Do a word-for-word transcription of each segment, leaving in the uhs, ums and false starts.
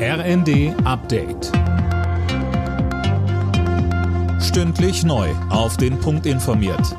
R N D Update. Stündlich neu auf den Punkt informiert.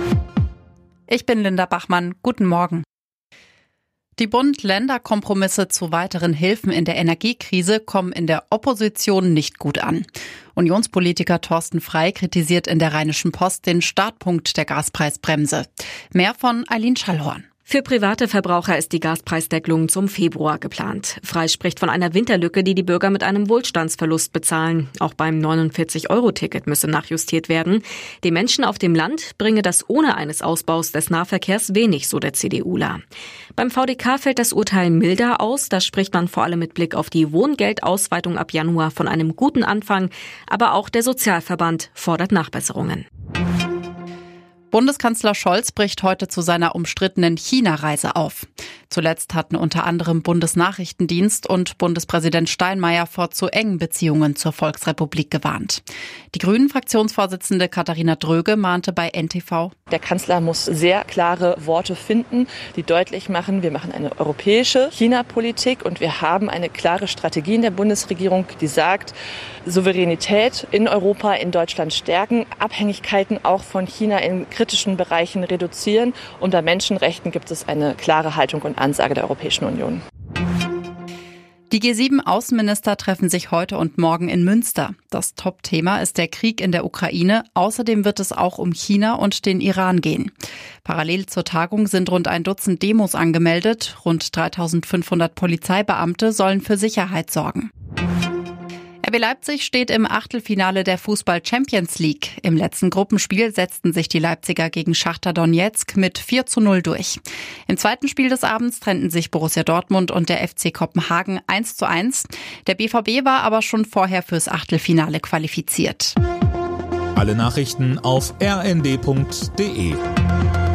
Ich bin Linda Bachmann. Guten Morgen. Die Bund-Länder-Kompromisse zu weiteren Hilfen in der Energiekrise kommen in der Opposition nicht gut an. Unionspolitiker Thorsten Frey kritisiert in der Rheinischen Post den Startpunkt der Gaspreisbremse. Mehr von Eileen Schallhorn. Für private Verbraucher ist die Gaspreisdeckelung zum Februar geplant. Frey spricht von einer Winterlücke, die die Bürger mit einem Wohlstandsverlust bezahlen. Auch beim neunundvierzig Euro Ticket müsse nachjustiert werden. Den Menschen auf dem Land bringe das ohne eines Ausbaus des Nahverkehrs wenig, so der CDUler. Beim V D K fällt das Urteil milder aus. Da spricht man vor allem mit Blick auf die Wohngeldausweitung ab Januar von einem guten Anfang. Aber auch der Sozialverband fordert Nachbesserungen. Bundeskanzler Scholz bricht heute zu seiner umstrittenen China-Reise auf. Zuletzt hatten unter anderem Bundesnachrichtendienst und Bundespräsident Steinmeier vor zu engen Beziehungen zur Volksrepublik gewarnt. Die Grünen-Fraktionsvorsitzende Katharina Dröge mahnte bei N T V: Der Kanzler muss sehr klare Worte finden, die deutlich machen, wir machen eine europäische China-Politik und wir haben eine klare Strategie in der Bundesregierung, die sagt, Souveränität in Europa, in Deutschland stärken, Abhängigkeiten auch von China in kritischen Bereichen reduzieren. Unter Menschenrechten gibt es eine klare Haltung und Ansage der Europäischen Union. Die G sieben Außenminister treffen sich heute und morgen in Münster. Das Top-Thema ist der Krieg in der Ukraine. Außerdem wird es auch um China und den Iran gehen. Parallel zur Tagung sind rund ein Dutzend Demos angemeldet. Rund dreitausendfünfhundert Polizeibeamte sollen für Sicherheit sorgen. R B Leipzig steht im Achtelfinale der Fußball-Champions League. Im letzten Gruppenspiel setzten sich die Leipziger gegen Schachtar Donezk mit vier zu null durch. Im zweiten Spiel des Abends trennten sich Borussia Dortmund und der F C Kopenhagen eins zu eins. Der B V B war aber schon vorher fürs Achtelfinale qualifiziert. Alle Nachrichten auf r n d punkt d e.